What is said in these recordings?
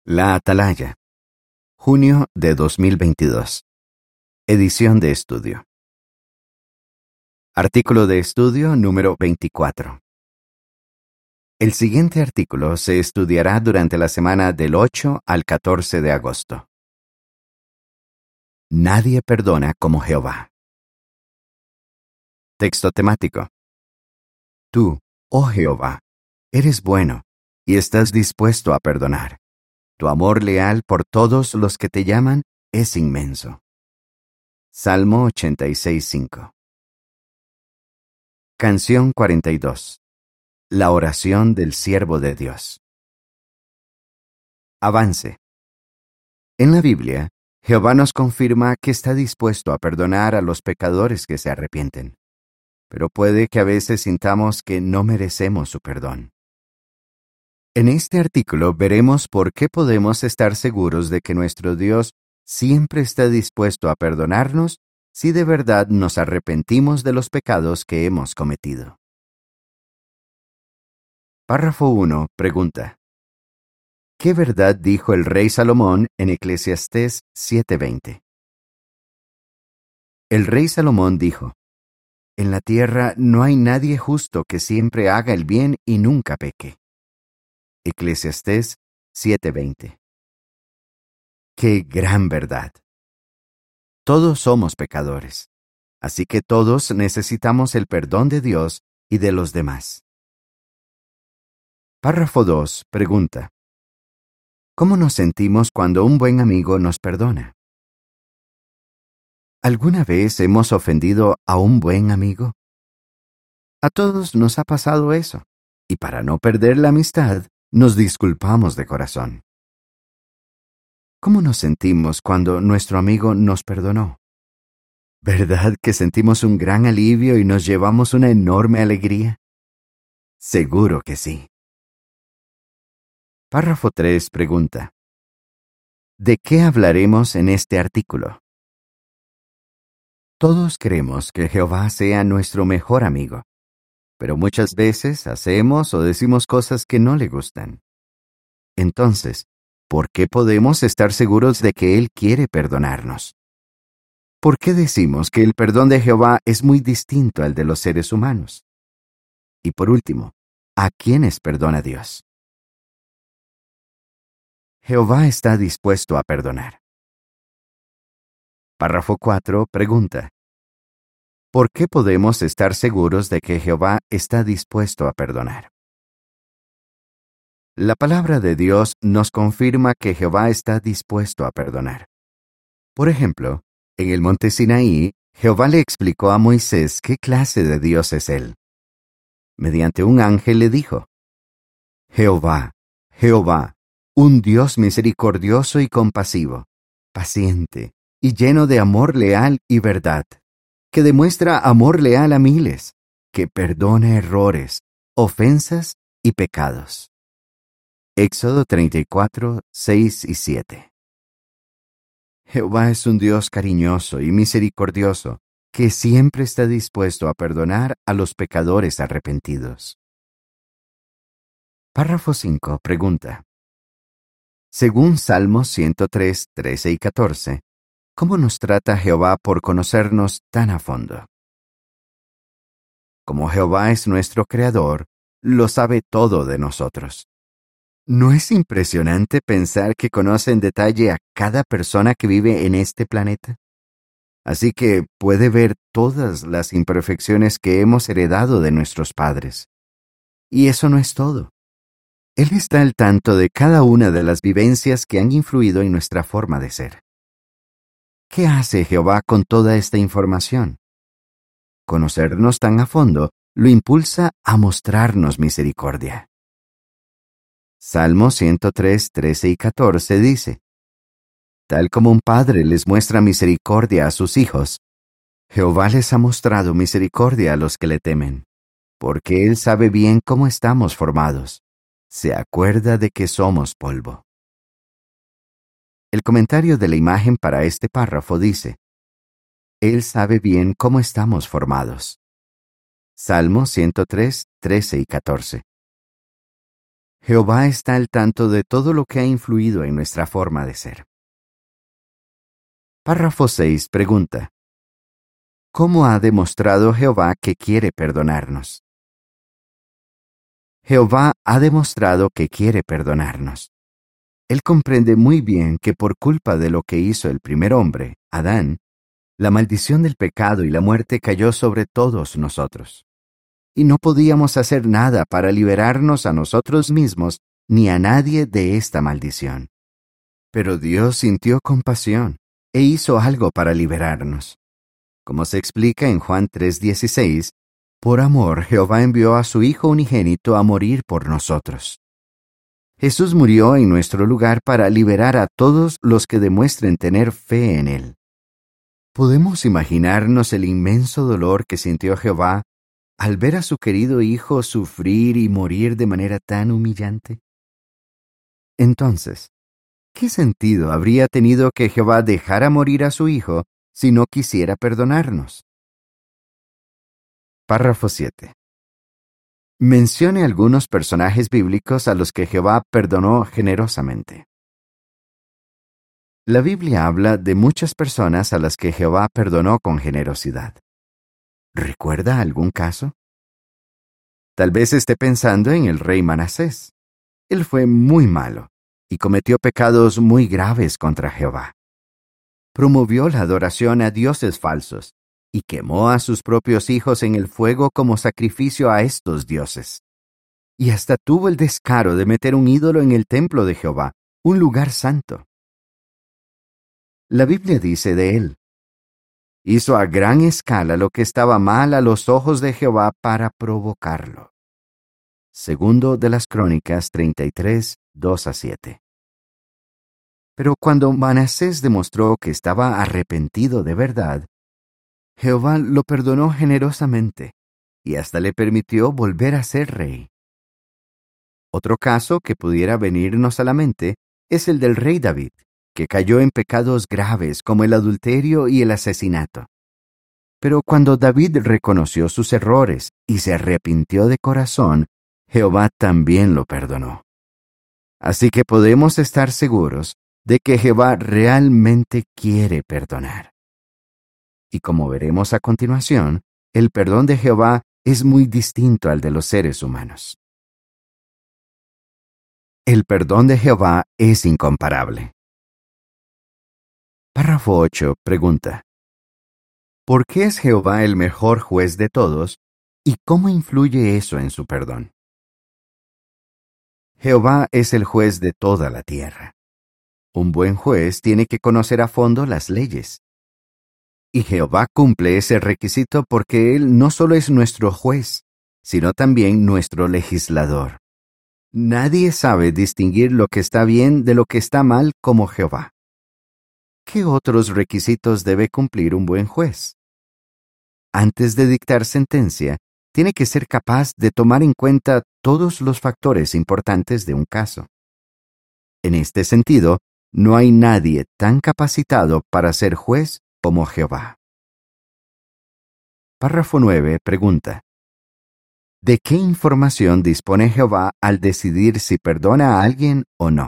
La Atalaya, junio de 2022. Edición de estudio. Artículo de estudio número 24. El siguiente artículo se estudiará durante la semana del 8 al 14 de agosto. Nadie perdona como Jehová. Texto temático. Tú, oh Jehová, eres bueno y estás dispuesto a perdonar. Tu amor leal por todos los que te llaman es inmenso. Salmo 86:5. Canción 42. La oración del siervo de Dios. Avance. En la Biblia, Jehová nos confirma que está dispuesto a perdonar a los pecadores que se arrepienten. Pero puede que a veces sintamos que no merecemos su perdón. En este artículo veremos por qué podemos estar seguros de que nuestro Dios siempre está dispuesto a perdonarnos si de verdad nos arrepentimos de los pecados que hemos cometido. Párrafo 1. Pregunta. ¿Qué verdad dijo el rey Salomón en Eclesiastés 7:20? El rey Salomón dijo: En la tierra no hay nadie justo que siempre haga el bien y nunca peque. Eclesiastés 7:20. ¡Qué gran verdad! Todos somos pecadores, así que todos necesitamos el perdón de Dios y de los demás. Párrafo 2. Pregunta. ¿Cómo nos sentimos cuando un buen amigo nos perdona? ¿Alguna vez hemos ofendido a un buen amigo? A todos nos ha pasado eso, y para no perder la amistad, nos disculpamos de corazón. ¿Cómo nos sentimos cuando nuestro amigo nos perdonó? ¿Verdad que sentimos un gran alivio y nos llevamos una enorme alegría? Seguro que sí. Párrafo 3. Pregunta. ¿De qué hablaremos en este artículo? Todos queremos que Jehová sea nuestro mejor amigo, pero muchas veces hacemos o decimos cosas que no le gustan. Entonces, ¿por qué podemos estar seguros de que Él quiere perdonarnos? ¿Por qué decimos que el perdón de Jehová es muy distinto al de los seres humanos? Y por último, ¿a quiénes perdona Dios? Jehová está dispuesto a perdonar. Párrafo 4. Pregunta. ¿Por qué podemos estar seguros de que Jehová está dispuesto a perdonar? La palabra de Dios nos confirma que Jehová está dispuesto a perdonar. Por ejemplo, en el monte Sinaí, Jehová le explicó a Moisés qué clase de Dios es él. Mediante un ángel le dijo: Jehová, Jehová, un Dios misericordioso y compasivo, paciente y lleno de amor leal y verdad, que demuestra amor leal a miles, que perdona errores, ofensas y pecados. Éxodo 34, 6 y 7. Jehová es un Dios cariñoso y misericordioso, que siempre está dispuesto a perdonar a los pecadores arrepentidos. Párrafo 5. Pregunta. Según Salmos 103, 13 y 14, ¿cómo nos trata Jehová por conocernos tan a fondo? Como Jehová es nuestro Creador, lo sabe todo de nosotros. ¿No es impresionante pensar que conoce en detalle a cada persona que vive en este planeta? Así que puede ver todas las imperfecciones que hemos heredado de nuestros padres. Y eso no es todo. Él está al tanto de cada una de las vivencias que han influido en nuestra forma de ser. ¿Qué hace Jehová con toda esta información? Conocernos tan a fondo lo impulsa a mostrarnos misericordia. Salmo 103, 13 y 14 dice: Tal como un padre les muestra misericordia a sus hijos, Jehová les ha mostrado misericordia a los que le temen, porque Él sabe bien cómo estamos formados. Se acuerda de que somos polvo. El comentario de la imagen para este párrafo dice: Él sabe bien cómo estamos formados. Salmo 103, 13 y 14. Jehová está al tanto de todo lo que ha influido en nuestra forma de ser. Párrafo 6 pregunta: ¿cómo ha demostrado Jehová que quiere perdonarnos? Jehová ha demostrado que quiere perdonarnos. Él comprende muy bien que por culpa de lo que hizo el primer hombre, Adán, la maldición del pecado y la muerte cayó sobre todos nosotros. Y no podíamos hacer nada para liberarnos a nosotros mismos ni a nadie de esta maldición. Pero Dios sintió compasión e hizo algo para liberarnos. Como se explica en Juan 3:16, por amor Jehová envió a su Hijo unigénito a morir por nosotros. Jesús murió en nuestro lugar para liberar a todos los que demuestren tener fe en Él. ¿Podemos imaginarnos el inmenso dolor que sintió Jehová al ver a su querido Hijo sufrir y morir de manera tan humillante? Entonces, ¿qué sentido habría tenido que Jehová dejara morir a su Hijo si no quisiera perdonarnos? Párrafo 7. Mencione algunos personajes bíblicos a los que Jehová perdonó generosamente. La Biblia habla de muchas personas a las que Jehová perdonó con generosidad. ¿Recuerda algún caso? Tal vez esté pensando en el rey Manasés. Él fue muy malo y cometió pecados muy graves contra Jehová. Promovió la adoración a dioses falsos y quemó a sus propios hijos en el fuego como sacrificio a estos dioses. Y hasta tuvo el descaro de meter un ídolo en el templo de Jehová, un lugar santo. La Biblia dice de él: hizo a gran escala lo que estaba mal a los ojos de Jehová para provocarlo. Segundo de las Crónicas 33, 2-7. Pero cuando Manasés demostró que estaba arrepentido de verdad, Jehová lo perdonó generosamente y hasta le permitió volver a ser rey. Otro caso que pudiera venirnos a la mente es el del rey David, que cayó en pecados graves como el adulterio y el asesinato. Pero cuando David reconoció sus errores y se arrepintió de corazón, Jehová también lo perdonó. Así que podemos estar seguros de que Jehová realmente quiere perdonar. Y como veremos a continuación, el perdón de Jehová es muy distinto al de los seres humanos. El perdón de Jehová es incomparable. Párrafo 8 pregunta: ¿por qué es Jehová el mejor juez de todos y cómo influye eso en su perdón? Jehová es el juez de toda la tierra. Un buen juez tiene que conocer a fondo las leyes. Y Jehová cumple ese requisito porque Él no solo es nuestro juez, sino también nuestro legislador. Nadie sabe distinguir lo que está bien de lo que está mal como Jehová. ¿Qué otros requisitos debe cumplir un buen juez? Antes de dictar sentencia, tiene que ser capaz de tomar en cuenta todos los factores importantes de un caso. En este sentido, no hay nadie tan capacitado para ser juez como Jehová. Párrafo 9 pregunta: ¿de qué información dispone Jehová al decidir si perdona a alguien o no?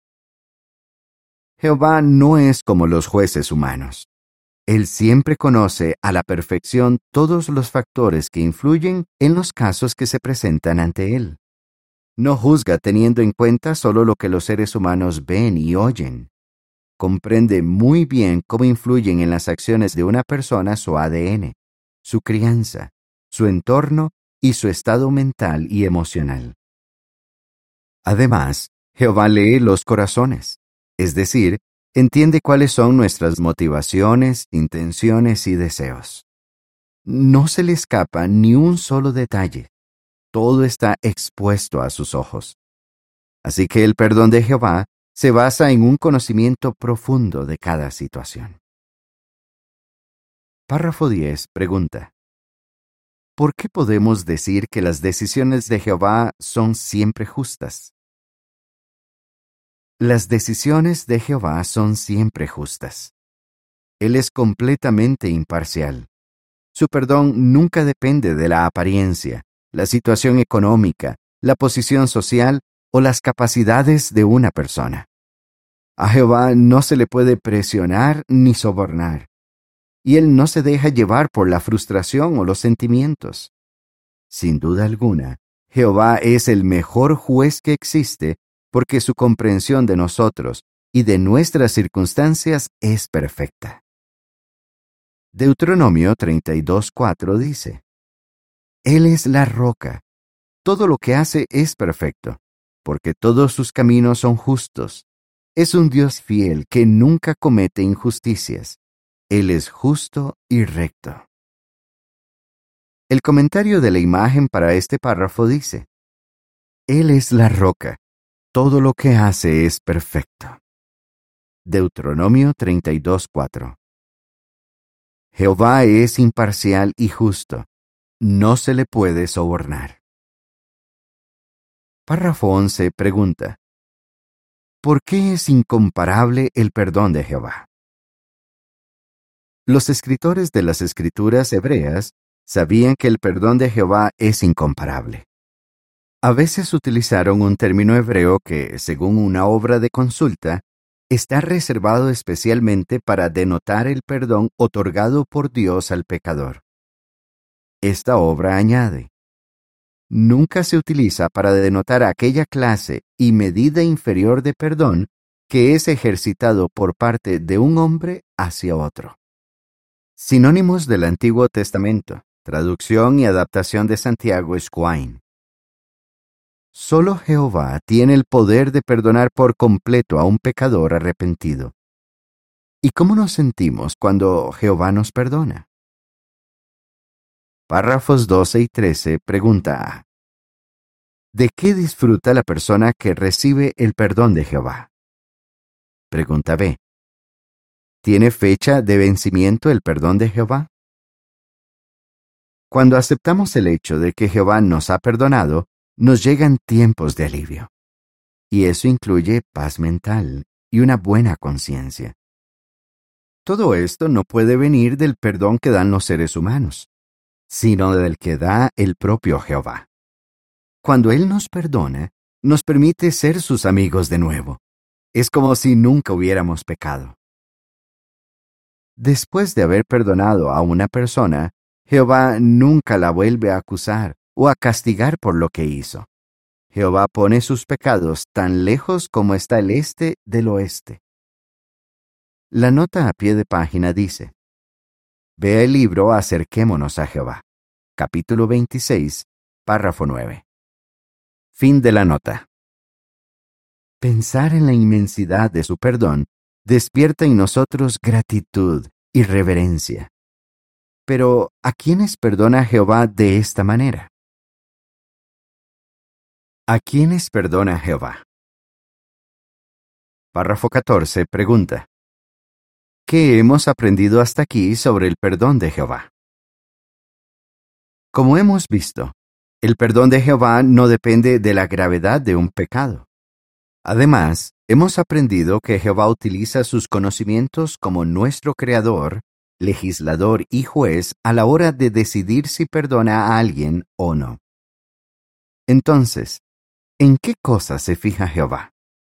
Jehová no es como los jueces humanos. Él siempre conoce a la perfección todos los factores que influyen en los casos que se presentan ante Él. No juzga teniendo en cuenta solo lo que los seres humanos ven y oyen. Comprende muy bien cómo influyen en las acciones de una persona su ADN, su crianza, su entorno y su estado mental y emocional. Además, Jehová lee los corazones, es decir, entiende cuáles son nuestras motivaciones, intenciones y deseos. No se le escapa ni un solo detalle. Todo está expuesto a sus ojos. Así que el perdón de Jehová se basa en un conocimiento profundo de cada situación. Párrafo 10 pregunta: ¿por qué podemos decir que las decisiones de Jehová son siempre justas? Las decisiones de Jehová son siempre justas. Él es completamente imparcial. Su perdón nunca depende de la apariencia, la situación económica, la posición social o las capacidades de una persona. A Jehová no se le puede presionar ni sobornar, y Él no se deja llevar por la frustración o los sentimientos. Sin duda alguna, Jehová es el mejor juez que existe porque su comprensión de nosotros y de nuestras circunstancias es perfecta. Deuteronomio 32:4 dice: Él es la roca, todo lo que hace es perfecto, porque todos sus caminos son justos. Es un Dios fiel que nunca comete injusticias. Él es justo y recto. El comentario de la imagen para este párrafo dice: Él es la roca, todo lo que hace es perfecto. Deuteronomio 32:4. Jehová es imparcial y justo, no se le puede sobornar. Párrafo 11 pregunta: ¿por qué es incomparable el perdón de Jehová? Los escritores de las Escrituras hebreas sabían que el perdón de Jehová es incomparable. A veces utilizaron un término hebreo que, según una obra de consulta, está reservado especialmente para denotar el perdón otorgado por Dios al pecador. Esta obra añade: nunca se utiliza para denotar aquella clase y medida inferior de perdón que es ejercitado por parte de un hombre hacia otro. Sinónimos del Antiguo Testamento, traducción y adaptación de Santiago Squine. Solo Jehová tiene el poder de perdonar por completo a un pecador arrepentido. ¿Y cómo nos sentimos cuando Jehová nos perdona? Párrafos 12 y 13 pregunta A: ¿de qué disfruta la persona que recibe el perdón de Jehová? Pregunta B: ¿tiene fecha de vencimiento el perdón de Jehová? Cuando aceptamos el hecho de que Jehová nos ha perdonado, nos llegan tiempos de alivio. Y eso incluye paz mental y una buena conciencia. Todo esto no puede venir del perdón que dan los seres humanos, sino del que da el propio Jehová. Cuando Él nos perdona, nos permite ser sus amigos de nuevo. Es como si nunca hubiéramos pecado. Después de haber perdonado a una persona, Jehová nunca la vuelve a acusar o a castigar por lo que hizo. Jehová pone sus pecados tan lejos como está el este del oeste. La nota a pie de página dice: vea el libro Acerquémonos a Jehová, capítulo 26, párrafo 9. Fin de la nota. Pensar en la inmensidad de su perdón despierta en nosotros gratitud y reverencia. Pero, ¿a quiénes perdona Jehová de esta manera? ¿A quiénes perdona Jehová? Párrafo 14 pregunta: ¿qué hemos aprendido hasta aquí sobre el perdón de Jehová? Como hemos visto, el perdón de Jehová no depende de la gravedad de un pecado. Además, hemos aprendido que Jehová utiliza sus conocimientos como nuestro Creador, legislador y juez a la hora de decidir si perdona a alguien o no. Entonces, ¿en qué cosas se fija Jehová?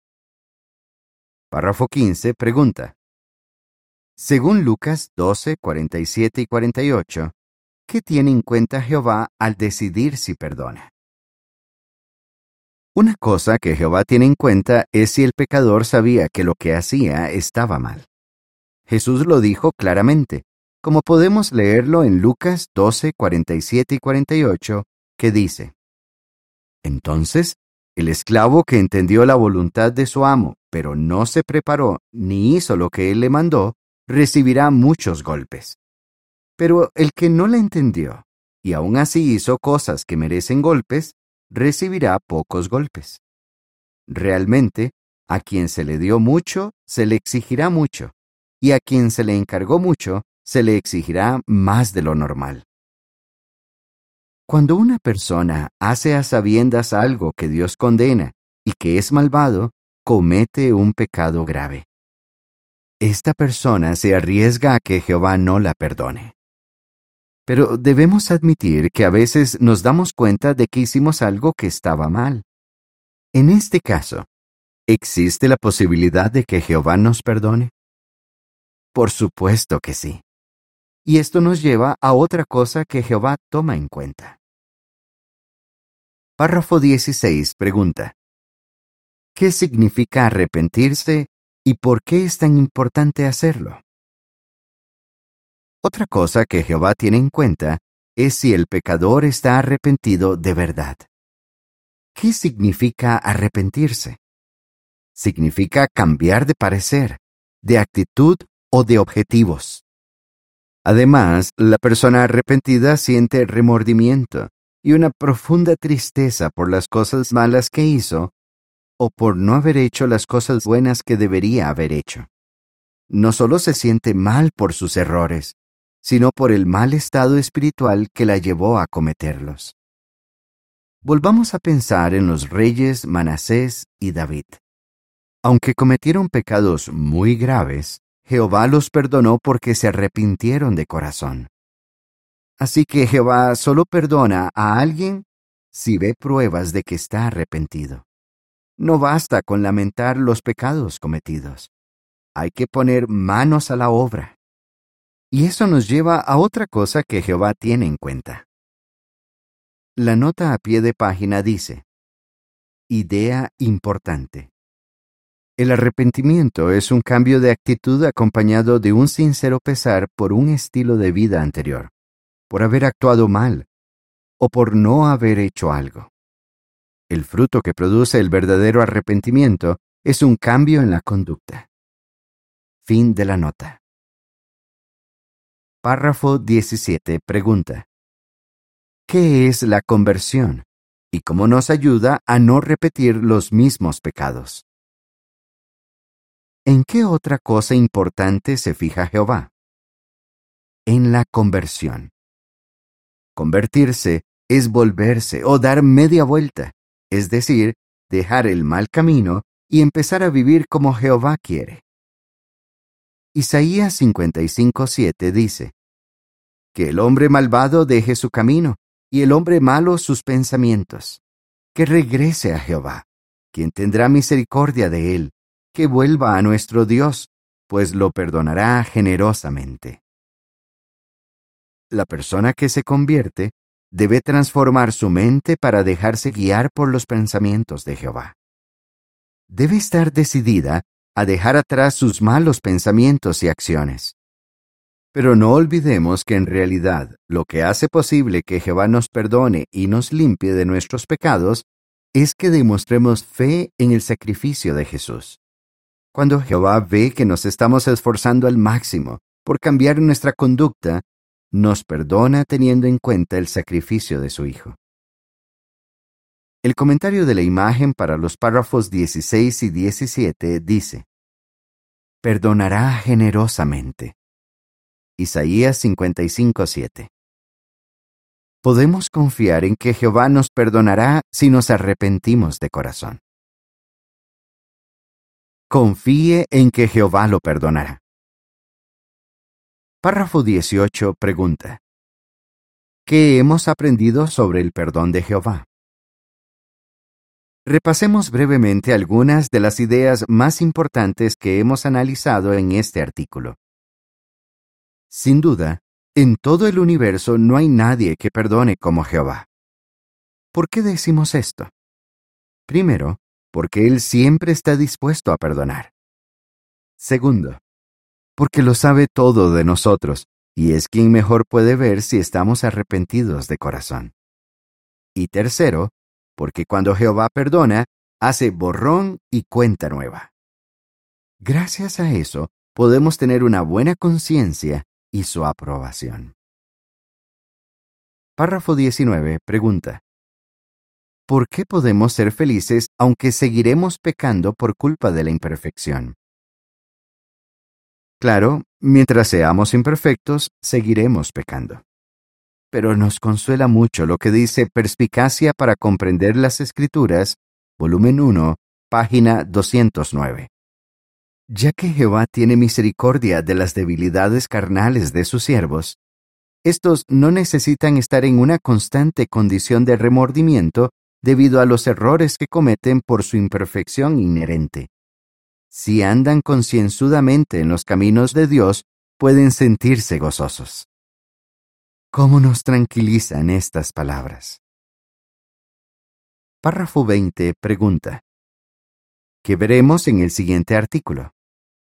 Párrafo 15 pregunta: según Lucas 12, 47 y 48, ¿qué tiene en cuenta Jehová al decidir si perdona? Una cosa que Jehová tiene en cuenta es si el pecador sabía que lo que hacía estaba mal. Jesús lo dijo claramente, como podemos leerlo en Lucas 12, 47 y 48, que dice: entonces, el esclavo que entendió la voluntad de su amo, pero no se preparó ni hizo lo que él le mandó, recibirá muchos golpes. Pero el que no la entendió, y aún así hizo cosas que merecen golpes, recibirá pocos golpes. Realmente, a quien se le dio mucho, se le exigirá mucho, y a quien se le encargó mucho, se le exigirá más de lo normal. Cuando una persona hace a sabiendas algo que Dios condena y que es malvado, comete un pecado grave. Esta persona se arriesga a que Jehová no la perdone. Pero debemos admitir que a veces nos damos cuenta de que hicimos algo que estaba mal. En este caso, ¿existe la posibilidad de que Jehová nos perdone? Por supuesto que sí. Y esto nos lleva a otra cosa que Jehová toma en cuenta. Párrafo 16 pregunta: ¿qué significa arrepentirse y por qué es tan importante hacerlo? Otra cosa que Jehová tiene en cuenta es si el pecador está arrepentido de verdad. ¿Qué significa arrepentirse? Significa cambiar de parecer, de actitud o de objetivos. Además, la persona arrepentida siente remordimiento y una profunda tristeza por las cosas malas que hizo o por no haber hecho las cosas buenas que debería haber hecho. No solo se siente mal por sus errores, sino por el mal estado espiritual que la llevó a cometerlos. Volvamos a pensar en los reyes Manasés y David. Aunque cometieron pecados muy graves, Jehová los perdonó porque se arrepintieron de corazón. Así que Jehová solo perdona a alguien si ve pruebas de que está arrepentido. No basta con lamentar los pecados cometidos. Hay que poner manos a la obra. Y eso nos lleva a otra cosa que Jehová tiene en cuenta. La nota a pie de página dice: idea importante. El arrepentimiento es un cambio de actitud acompañado de un sincero pesar por un estilo de vida anterior, por haber actuado mal o por no haber hecho algo. El fruto que produce el verdadero arrepentimiento es un cambio en la conducta. Fin de la nota. Párrafo 17 pregunta: ¿qué es la conversión y cómo nos ayuda a no repetir los mismos pecados? ¿En qué otra cosa importante se fija Jehová? En la conversión. Convertirse es volverse o dar media vuelta, es decir, dejar el mal camino y empezar a vivir como Jehová quiere. Isaías 55:7 dice: que el hombre malvado deje su camino y el hombre malo sus pensamientos, que regrese a Jehová, quien tendrá misericordia de él, que vuelva a nuestro Dios, pues lo perdonará generosamente. La persona que se convierte debe transformar su mente para dejarse guiar por los pensamientos de Jehová. Debe estar decidida a dejar atrás sus malos pensamientos y acciones. Pero no olvidemos que en realidad lo que hace posible que Jehová nos perdone y nos limpie de nuestros pecados es que demostremos fe en el sacrificio de Jesús. Cuando Jehová ve que nos estamos esforzando al máximo por cambiar nuestra conducta, nos perdona teniendo en cuenta el sacrificio de su Hijo. El comentario de la imagen para los párrafos 16 y 17 dice: perdonará generosamente. Isaías 55:7. Podemos confiar en que Jehová nos perdonará si nos arrepentimos de corazón. Confíe en que Jehová lo perdonará. Párrafo 18 pregunta: ¿qué hemos aprendido sobre el perdón de Jehová? Repasemos brevemente algunas de las ideas más importantes que hemos analizado en este artículo. Sin duda, en todo el universo no hay nadie que perdone como Jehová. ¿Por qué decimos esto? Primero, porque Él siempre está dispuesto a perdonar. Segundo, porque lo sabe todo de nosotros y es quien mejor puede ver si estamos arrepentidos de corazón. Y tercero, porque cuando Jehová perdona, hace borrón y cuenta nueva. Gracias a eso, podemos tener una buena conciencia y su aprobación. Párrafo 19 pregunta: ¿por qué podemos ser felices aunque seguiremos pecando por culpa de la imperfección? Claro, mientras seamos imperfectos, seguiremos pecando. Pero nos consuela mucho lo que dice Perspicacia para comprender las Escrituras, volumen 1, página 209. Ya que Jehová tiene misericordia de las debilidades carnales de sus siervos, estos no necesitan estar en una constante condición de remordimiento debido a los errores que cometen por su imperfección inherente. Si andan concienzudamente en los caminos de Dios, pueden sentirse gozosos. ¿Cómo nos tranquilizan estas palabras? Párrafo 20 pregunta, ¿qué veremos en el siguiente artículo?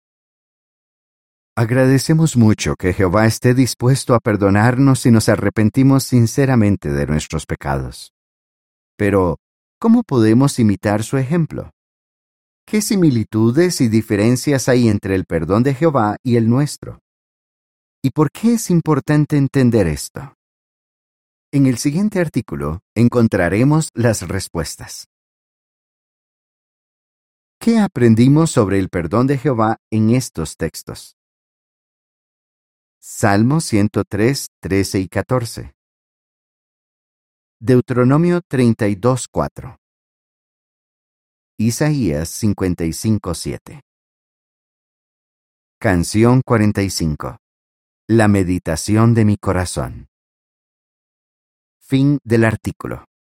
Agradecemos mucho que Jehová esté dispuesto a perdonarnos si nos arrepentimos sinceramente de nuestros pecados. Pero, ¿cómo podemos imitar su ejemplo? ¿Qué similitudes y diferencias hay entre el perdón de Jehová y el nuestro? ¿Y por qué es importante entender esto? En el siguiente artículo encontraremos las respuestas. ¿Qué aprendimos sobre el perdón de Jehová en estos textos? Salmo 103, 13 y 14. Deuteronomio 32, 4. Isaías 55, 7. Canción 45. La meditación de mi corazón. Fin del artículo.